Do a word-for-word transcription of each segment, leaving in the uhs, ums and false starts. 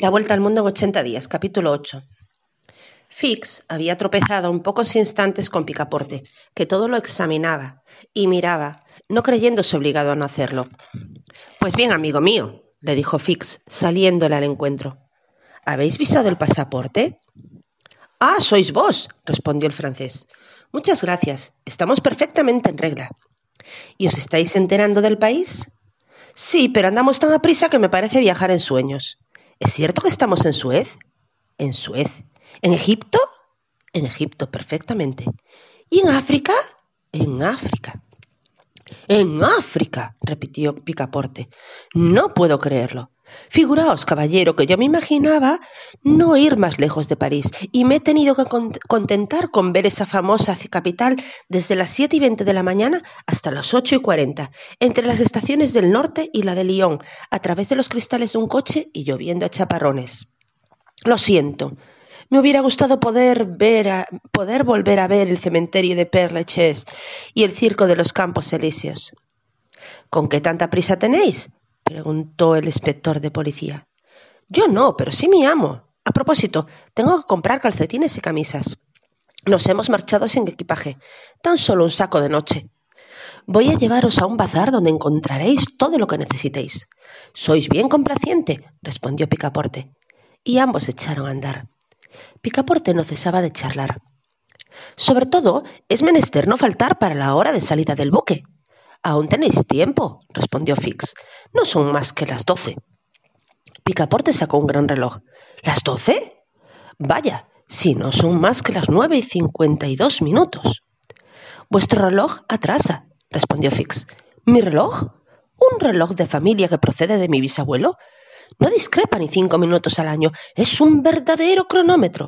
La vuelta al mundo en ochenta días, capítulo ocho. Fix había tropezado en pocos instantes con Picaporte, que todo lo examinaba y miraba, no creyéndose obligado a no hacerlo. «Pues bien, amigo mío», le dijo Fix, saliéndole al encuentro. «¿Habéis visado el pasaporte?» «Ah, sois vos», respondió el francés. «Muchas gracias, estamos perfectamente en regla». «¿Y os estáis enterando del país?» «Sí, pero andamos tan aprisa que me parece viajar en sueños». ¿Es cierto que estamos en Suez? En Suez. ¿En Egipto? En Egipto, perfectamente. ¿Y en África? En África. En África, repitió Picaporte. No puedo creerlo. Figuraos, caballero, que yo me imaginaba no ir más lejos de París y me he tenido que contentar con ver esa famosa capital desde las siete y veinte de la mañana hasta las ocho y cuarenta, entre las estaciones del norte y la de Lyon, a través de los cristales de un coche y lloviendo a chaparrones. Lo siento. Me hubiera gustado poder ver a, poder volver a ver el cementerio de Père Lachaise y el circo de los Campos Elíseos. ¿Con qué tanta prisa tenéis?, preguntó el inspector de policía. Yo no, pero sí mi amo. A propósito, tengo que comprar calcetines y camisas. Nos hemos marchado sin equipaje, tan solo un saco de noche. Voy a llevaros a un bazar donde encontraréis todo lo que necesitéis. Sois bien complaciente, respondió Picaporte, y ambos echaron a andar. Picaporte no cesaba de charlar. Sobre todo, es menester no faltar para la hora de salida del buque. Aún tenéis tiempo, respondió Fix. No son más que las doce. Picaporte sacó un gran reloj. ¿Las doce? Vaya, si no son más que las nueve y cincuenta y dos minutos. Vuestro reloj atrasa, respondió Fix. ¿Mi reloj? ¿Un reloj de familia que procede de mi bisabuelo? No discrepa ni cinco minutos al año. Es un verdadero cronómetro.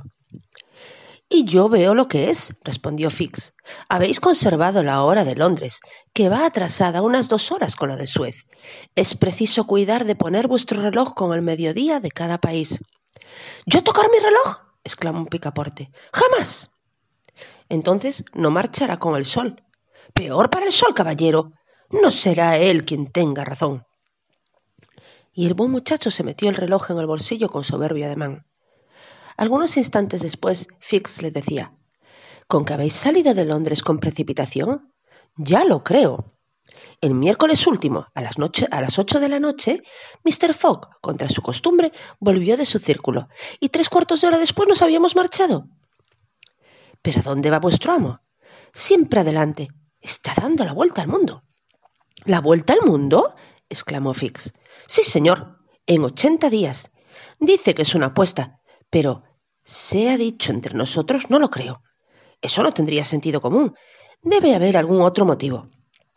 Y yo veo lo que es, respondió Fix. Habéis conservado la hora de Londres, que va atrasada unas dos horas con la de Suez. Es preciso cuidar de poner vuestro reloj con el mediodía de cada país. ¿Yo tocar mi reloj?, exclamó Picaporte. ¡Jamás! Entonces no marchará con el sol. Peor para el sol, caballero. No será él quien tenga razón. Y el buen muchacho se metió el reloj en el bolsillo con soberbio ademán. Algunos instantes después, Fix le decía: ¿Con que habéis salido de Londres con precipitación? Ya lo creo. El miércoles último, a las, noche, a las ocho de la noche, mister Fogg, contra su costumbre, volvió de su círculo, y tres cuartos de hora después nos habíamos marchado. ¿Pero dónde va vuestro amo? Siempre adelante. Está dando la vuelta al mundo. ¿La vuelta al mundo?, exclamó Fix. Sí, señor, en ochenta días. Dice que es una apuesta, pero, sea dicho entre nosotros, no lo creo. Eso no tendría sentido común. Debe haber algún otro motivo.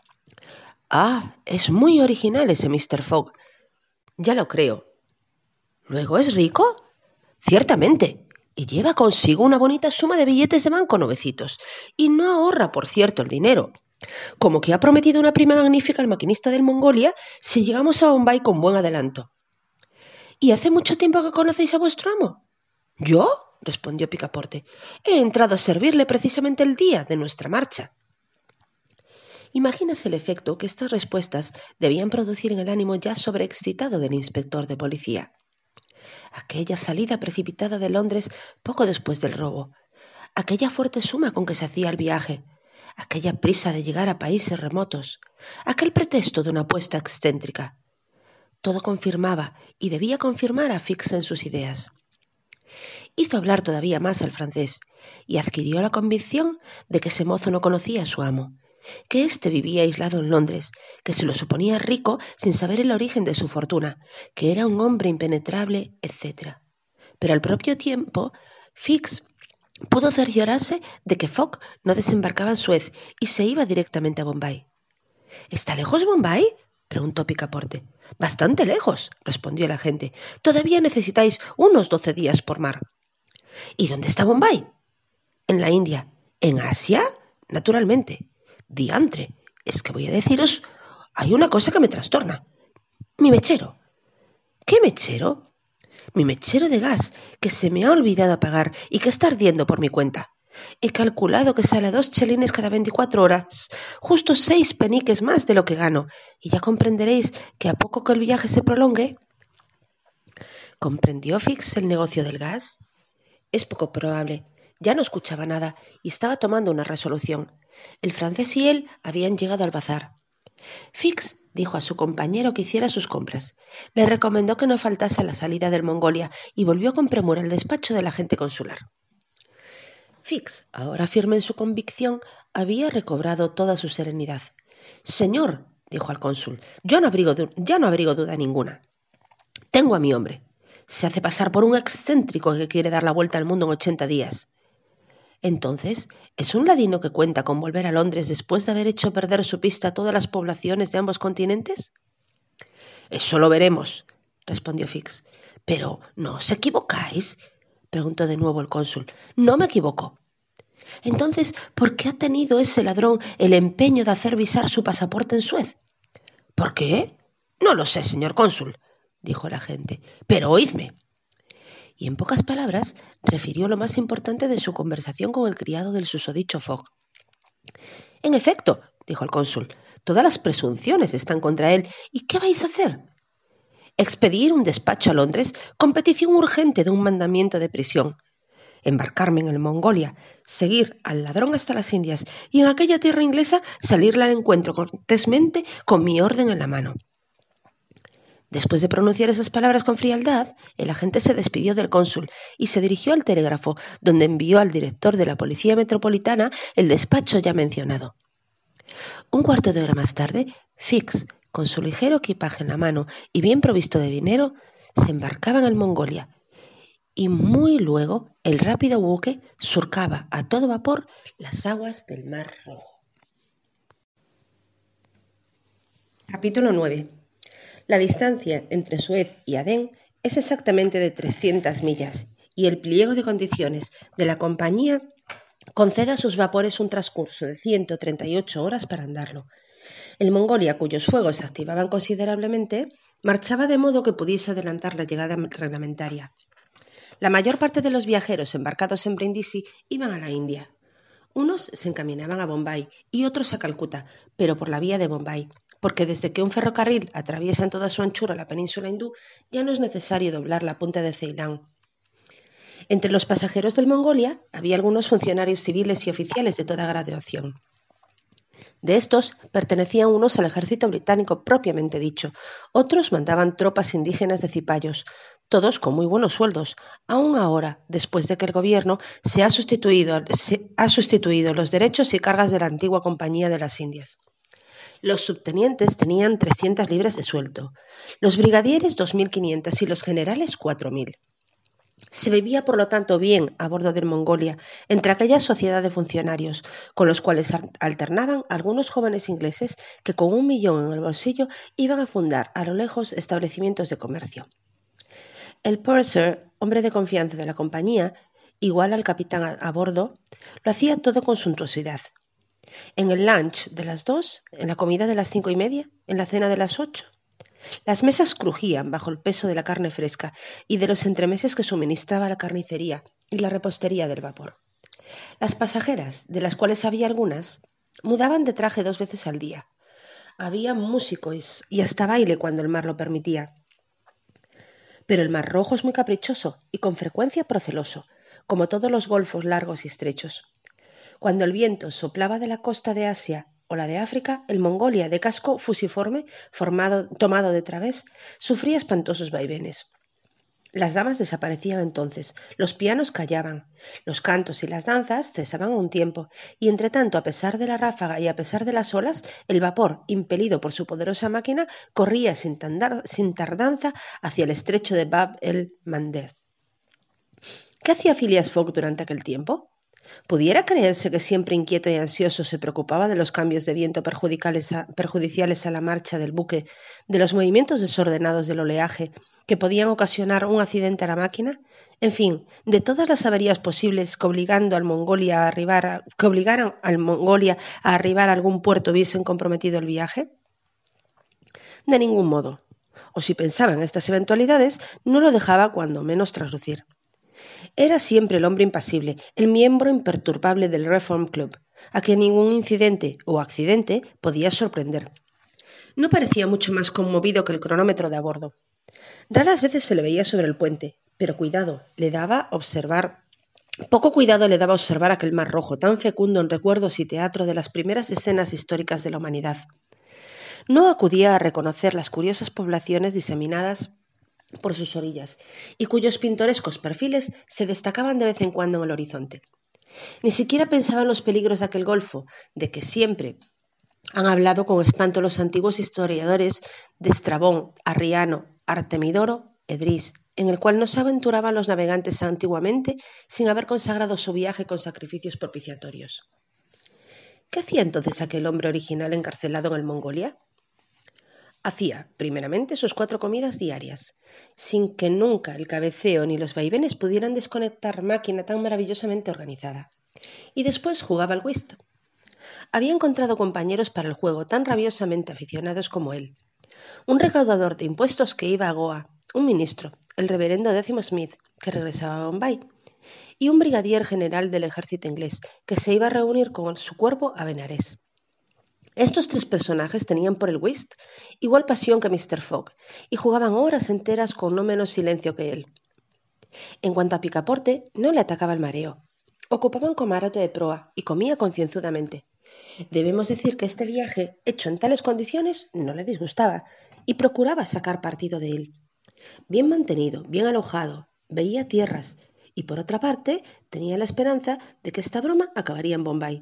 Ah, es muy original ese mister Fogg. Ya lo creo. ¿Luego es rico? Ciertamente. Y lleva consigo una bonita suma de billetes de banco nuevecitos. Y no ahorra, por cierto, el dinero. Como que ha prometido una prima magnífica al maquinista del Mongolia si llegamos a Bombay con buen adelanto. ¿Y hace mucho tiempo que conocéis a vuestro amo? ¿Yo?, respondió Picaporte. He entrado a servirle precisamente el día de nuestra marcha. Imagínase el efecto que estas respuestas debían producir en el ánimo ya sobreexcitado del inspector de policía. Aquella salida precipitada de Londres poco después del robo, aquella fuerte suma con que se hacía el viaje, aquella prisa de llegar a países remotos, aquel pretexto de una apuesta excéntrica. Todo confirmaba y debía confirmar a Fix en sus ideas. Hizo hablar todavía más al francés y adquirió la convicción de que ese mozo no conocía a su amo, que éste vivía aislado en Londres, que se lo suponía rico sin saber el origen de su fortuna, que era un hombre impenetrable, etcétera. Pero al propio tiempo, Fix pudo cerciorarse de que Fogg no desembarcaba en Suez y se iba directamente a Bombay. ¿Está lejos Bombay?, preguntó Picaporte. Bastante lejos, respondió el agente. Todavía necesitáis unos doce días por mar. ¿Y dónde está Bombay? En la India. ¿En Asia? Naturalmente. Diantre, es que voy a deciros, hay una cosa que me trastorna. Mi mechero. ¿Qué mechero? Mi mechero de gas, que se me ha olvidado apagar y que está ardiendo por mi cuenta. He calculado que sale a dos chelines cada veinticuatro horas, justo seis peniques más de lo que gano, y ya comprenderéis que a poco que el viaje se prolongue... ¿Comprendió Fix el negocio del gas? Es poco probable. Ya no escuchaba nada y estaba tomando una resolución. El francés y él habían llegado al bazar. Fix dijo a su compañero que hiciera sus compras. Le recomendó que no faltase a la salida del Mongolia y volvió con premura al despacho del agente consular. Fix, ahora firme en su convicción, había recobrado toda su serenidad. «Señor», dijo al cónsul, yo no abrigo du- ya no abrigo duda ninguna. Tengo a mi hombre. Se hace pasar por un excéntrico que quiere dar la vuelta al mundo en ochenta días. Entonces, ¿es un ladino que cuenta con volver a Londres después de haber hecho perder su pista a todas las poblaciones de ambos continentes? Eso lo veremos, respondió Fix. Pero, ¿no os equivocáis?, preguntó de nuevo el cónsul. No me equivoco. Entonces, ¿por qué ha tenido ese ladrón el empeño de hacer visar su pasaporte en Suez? ¿Por qué? No lo sé, señor cónsul, dijo el agente, pero oídme. Y en pocas palabras refirió lo más importante de su conversación con el criado del susodicho Fogg. En efecto, dijo el cónsul, todas las presunciones están contra él. ¿Y qué vais a hacer? Expedir un despacho a Londres con petición urgente de un mandamiento de prisión, embarcarme en el Mongolia, seguir al ladrón hasta las Indias y en aquella tierra inglesa salirle al encuentro cortésmente con mi orden en la mano. Después de pronunciar esas palabras con frialdad, el agente se despidió del cónsul y se dirigió al telégrafo, donde envió al director de la Policía Metropolitana el despacho ya mencionado. Un cuarto de hora más tarde, Fix, con su ligero equipaje en la mano y bien provisto de dinero, se embarcaba en el Mongolia, y muy luego el rápido buque surcaba a todo vapor las aguas del Mar Rojo. Capítulo nueve. La distancia entre Suez y Adén es exactamente de trescientas millas y el pliego de condiciones de la compañía concede a sus vapores un transcurso de ciento treinta y ocho horas para andarlo. El Mongolia, cuyos fuegos se activaban considerablemente, marchaba de modo que pudiese adelantar la llegada reglamentaria. La mayor parte de los viajeros embarcados en Brindisi iban a la India. Unos se encaminaban a Bombay y otros a Calcuta, pero por la vía de Bombay, porque desde que un ferrocarril atraviesa en toda su anchura la península hindú, ya no es necesario doblar la punta de Ceilán. Entre los pasajeros del Mongolia había algunos funcionarios civiles y oficiales de toda graduación. De estos pertenecían unos al ejército británico propiamente dicho, otros mandaban tropas indígenas de cipayos, todos con muy buenos sueldos, aún ahora, después de que el gobierno se ha sustituido, se ha sustituido los derechos y cargas de la antigua Compañía de las Indias. Los subtenientes tenían trescientas libras de sueldo, los brigadieres dos mil quinientas y los generales cuatro mil. Se vivía, por lo tanto, bien a bordo del Mongolia, entre aquella sociedad de funcionarios, con los cuales alternaban algunos jóvenes ingleses que con un millón en el bolsillo iban a fundar a lo lejos establecimientos de comercio. El purser, hombre de confianza de la compañía, igual al capitán a, a bordo, lo hacía todo con suntuosidad. En el lunch de las dos, en la comida de las cinco y media, en la cena de las ocho. Las mesas crujían bajo el peso de la carne fresca y de los entremeses que suministraba la carnicería y la repostería del vapor. Las pasajeras, de las cuales había algunas, mudaban de traje dos veces al día. Había músicos y hasta baile cuando el mar lo permitía. Pero el Mar Rojo es muy caprichoso y con frecuencia proceloso, como todos los golfos largos y estrechos. Cuando el viento soplaba de la costa de Asia o la de África, el Mongolia, de casco fusiforme, formado, tomado de través, sufría espantosos vaivenes. Las damas desaparecían entonces, los pianos callaban, los cantos y las danzas cesaban un tiempo, y entretanto, a pesar de la ráfaga y a pesar de las olas, el vapor, impelido por su poderosa máquina, corría sin, tandar, sin tardanza hacia el estrecho de Bab el-Mandeb. ¿Qué hacía Phileas Fogg durante aquel tiempo? ¿Pudiera creerse que siempre inquieto y ansioso se preocupaba de los cambios de viento perjudiciales a, perjudiciales a la marcha del buque, de los movimientos desordenados del oleaje que podían ocasionar un accidente a la máquina? En fin, de todas las averías posibles que, obligando al Mongolia a arribar a, que obligaran al Mongolia a arribar a algún puerto hubiesen comprometido el viaje. De ningún modo. O si pensaba en estas eventualidades, no lo dejaba cuando menos traslucir. Era siempre el hombre impasible, el miembro imperturbable del Reform Club, a quien ningún incidente o accidente podía sorprender. No parecía mucho más conmovido que el cronómetro de a bordo. Raras veces se le veía sobre el puente, pero cuidado le daba observar, poco cuidado le daba observar aquel mar rojo, tan fecundo en recuerdos y teatro de las primeras escenas históricas de la humanidad. No acudía a reconocer las curiosas poblaciones diseminadas por sus orillas, y cuyos pintorescos perfiles se destacaban de vez en cuando en el horizonte. Ni siquiera pensaba en los peligros de aquel golfo, de que siempre han hablado con espanto los antiguos historiadores de Estrabón, Arriano, Artemidoro, Edris, en el cual no se aventuraban los navegantes antiguamente sin haber consagrado su viaje con sacrificios propiciatorios. ¿Qué hacía entonces aquel hombre original encarcelado en el Mongolia? Hacía, primeramente, sus cuatro comidas diarias, sin que nunca el cabeceo ni los vaivenes pudieran desconectar máquina tan maravillosamente organizada. Y después jugaba al whist. Había encontrado compañeros para el juego tan rabiosamente aficionados como él. Un recaudador de impuestos que iba a Goa, un ministro, el reverendo Décimo Smith, que regresaba a Bombay, y un brigadier general del ejército inglés, que se iba a reunir con su cuerpo a Benares. Estos tres personajes tenían por el whist igual pasión que mister Fogg y jugaban horas enteras con no menos silencio que él. En cuanto a Picaporte, no le atacaba el mareo. Ocupaba un camarote de proa y comía concienzudamente. Debemos decir que este viaje, hecho en tales condiciones, no le disgustaba y procuraba sacar partido de él. Bien mantenido, bien alojado, veía tierras y, por otra parte, tenía la esperanza de que esta broma acabaría en Bombay.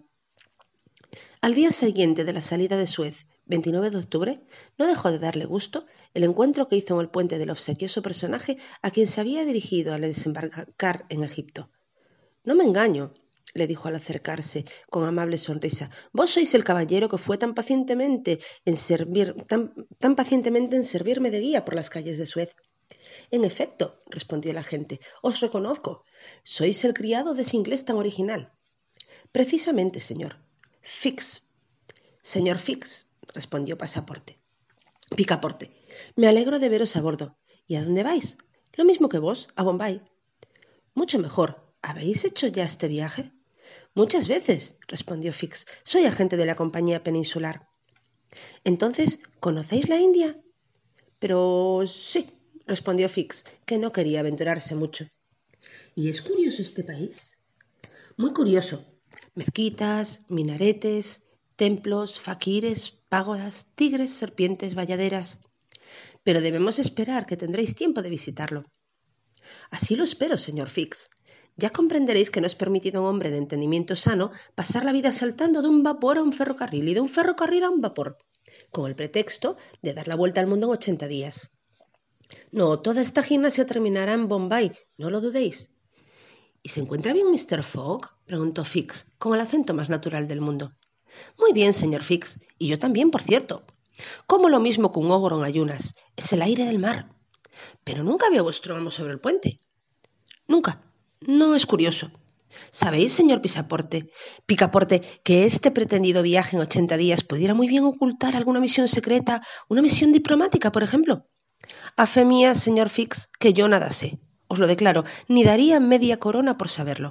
Al día siguiente de la salida de Suez, veintinueve de octubre, no dejó de darle gusto el encuentro que hizo en el puente del obsequioso personaje a quien se había dirigido al desembarcar en Egipto. «No me engaño», le dijo al acercarse con amable sonrisa. «Vos sois el caballero que fue tan pacientemente en servir, tan, tan pacientemente en servirme de guía por las calles de Suez». «En efecto», respondió el agente, «os reconozco. Sois el criado de ese inglés tan original». «Precisamente, señor. Fix». «Señor Fix», respondió Pasaporte. Picaporte. «Me alegro de veros a bordo. ¿Y a dónde vais?» «Lo mismo que vos, a Bombay». «Mucho mejor. ¿Habéis hecho ya este viaje?» «Muchas veces», respondió Fix. «Soy agente de la compañía peninsular». «Entonces, ¿conocéis la India?» «Pero sí», respondió Fix, que no quería aventurarse mucho. «¿Y es curioso este país?» «Muy curioso. Mezquitas, minaretes, templos, faquires, pagodas, tigres, serpientes, bayaderas. Pero debemos esperar que tendréis tiempo de visitarlo». «Así lo espero, señor Fix. Ya comprenderéis que no es permitido a un hombre de entendimiento sano pasar la vida saltando de un vapor a un ferrocarril y de un ferrocarril a un vapor, con el pretexto de dar la vuelta al mundo en ochenta días. No, toda esta gimnasia terminará en Bombay, no lo dudéis». «¿Y se encuentra bien mister Fogg?», preguntó Fix, con el acento más natural del mundo. «Muy bien, señor Fix, y yo también, por cierto. Como lo mismo que un ogro en ayunas, es el aire del mar. Pero nunca vio a vuestro amo sobre el puente». «Nunca. No es curioso. Sabéis, señor Pisaporte, Picaporte, que este pretendido viaje en ochenta días pudiera muy bien ocultar alguna misión secreta, una misión diplomática, por ejemplo. A fe mía, señor Fix, que yo nada sé. Os lo declaro, ni daría media corona por saberlo».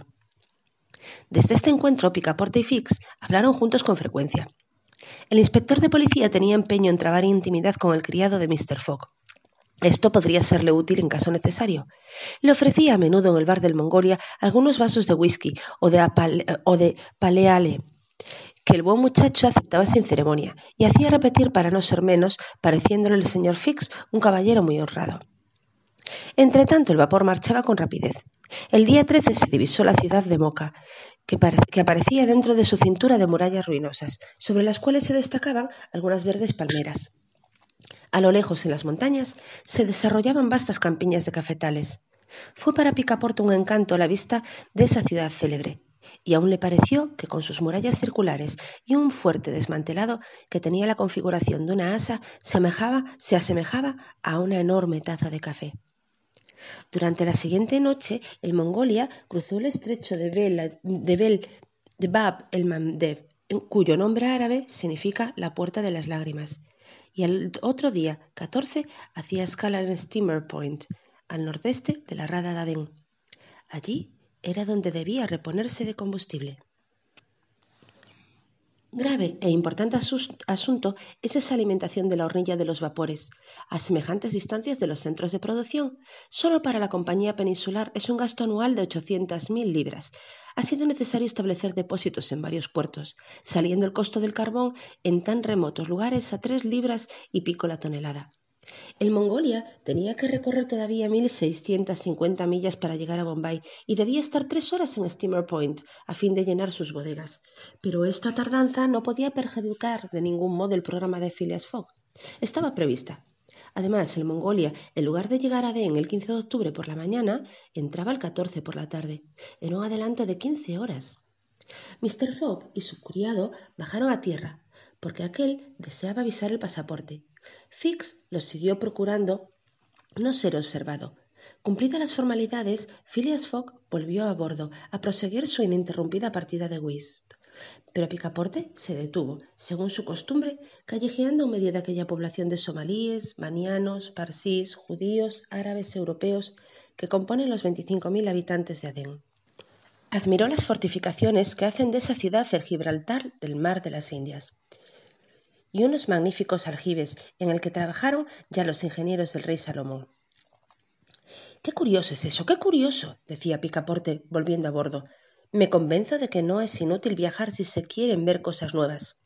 Desde este encuentro, Picaporte y Fix hablaron juntos con frecuencia. El inspector de policía tenía empeño en trabar intimidad con el criado de mister Fogg. Esto podría serle útil en caso necesario. Le ofrecía a menudo en el bar del Mongolia algunos vasos de whisky o de, apale, o de paleale, que el buen muchacho aceptaba sin ceremonia, y hacía repetir para no ser menos, pareciéndole el señor Fix un caballero muy honrado. Entretanto, el vapor marchaba con rapidez. El día trece se divisó la ciudad de Moca, que, que aparecía dentro de su cintura de murallas ruinosas, sobre las cuales se destacaban algunas verdes palmeras. A lo lejos, en las montañas, se desarrollaban vastas campiñas de cafetales. Fue para Picaporte un encanto la vista de esa ciudad célebre, y aún le pareció que con sus murallas circulares y un fuerte desmantelado que tenía la configuración de una asa, semejaba, se asemejaba a una enorme taza de café. Durante la siguiente noche, el Mongolia cruzó el estrecho de, Bela, de, Bel, de Bab el-Mandeb, cuyo nombre árabe significa la puerta de las lágrimas, y al otro día, catorce, hacía escala en Steamer Point, al nordeste de la rada de Adén. Allí era donde debía reponerse de combustible. Grave e importante asunto es esa alimentación de la hornilla de los vapores, a semejantes distancias de los centros de producción. Solo para la compañía peninsular es un gasto anual de ochocientas mil libras. Ha sido necesario establecer depósitos en varios puertos, saliendo el costo del carbón en tan remotos lugares a tres libras y pico la tonelada. El Mongolia tenía que recorrer todavía mil seiscientas cincuenta millas para llegar a Bombay y debía estar tres horas en Steamer Point a fin de llenar sus bodegas. Pero esta tardanza no podía perjudicar de ningún modo el programa de Phileas Fogg. Estaba prevista. Además, el Mongolia, en lugar de llegar a Adén el quince de octubre por la mañana, entraba el catorce por la tarde, en un adelanto de quince horas. mister Fogg y su criado bajaron a tierra, porque aquel deseaba avisar el pasaporte. Fix los siguió procurando no ser observado. Cumplidas las formalidades, Phileas Fogg volvió a bordo a proseguir su ininterrumpida partida de whist. Pero Picaporte se detuvo, según su costumbre, callejeando en medio de aquella población de somalíes, banianos, parsís, judíos, árabes, europeos, que componen los veinticinco mil habitantes de Adén. Admiró las fortificaciones que hacen de esa ciudad el Gibraltar del mar de las Indias, y unos magníficos aljibes en el que trabajaron ya los ingenieros del rey Salomón. «¡Qué curioso es eso! ¡Qué curioso!», decía Picaporte, volviendo a bordo. «Me convenzo de que no es inútil viajar si se quieren ver cosas nuevas».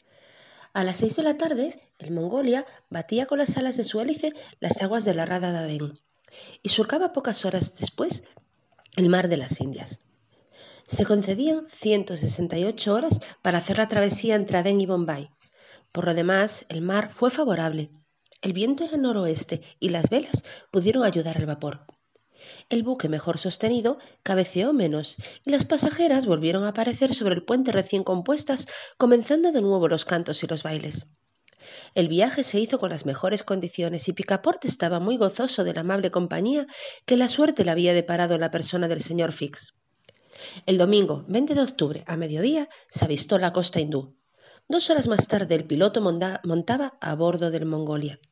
A las seis de la tarde, el Mongolia batía con las alas de su hélice las aguas de la rada de Adén y surcaba pocas horas después el mar de las Indias. Se concedían ciento sesenta y ocho horas para hacer la travesía entre Adén y Bombay. Por lo demás, el mar fue favorable. El viento era noroeste y las velas pudieron ayudar al vapor. El buque mejor sostenido cabeceó menos y las pasajeras volvieron a aparecer sobre el puente recién compuestas, comenzando de nuevo los cantos y los bailes. El viaje se hizo con las mejores condiciones y Picaporte estaba muy gozoso de la amable compañía que la suerte le había deparado en la persona del señor Fix. El domingo veinte de octubre, a mediodía, se avistó la costa hindú. Dos horas más tarde el piloto monda- montaba a bordo del Mongolia.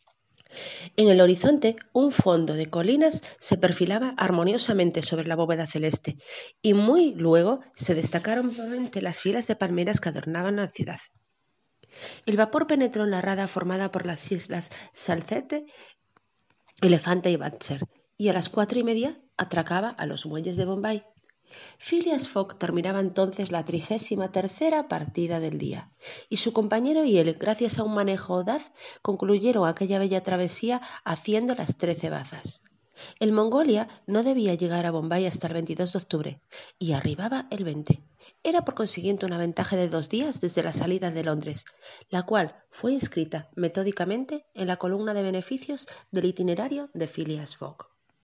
En el horizonte un fondo de colinas se perfilaba armoniosamente sobre la bóveda celeste y muy luego se destacaron vivamente las filas de palmeras que adornaban la ciudad. El vapor penetró en la rada formada por las islas Salcete, Elefante y Butcher y a las cuatro y media atracaba a los muelles de Bombay. Phileas Fogg terminaba entonces la trigésima tercera partida del día, y su compañero y él, gracias a un manejo audaz, concluyeron aquella bella travesía haciendo las trece bazas. El Mongolia no debía llegar a Bombay hasta el veintidós de octubre, y arribaba el veinte. Era por consiguiente una ventaja de dos días desde la salida de Londres, la cual fue inscrita metódicamente en la columna de beneficios del itinerario de Phileas Fogg.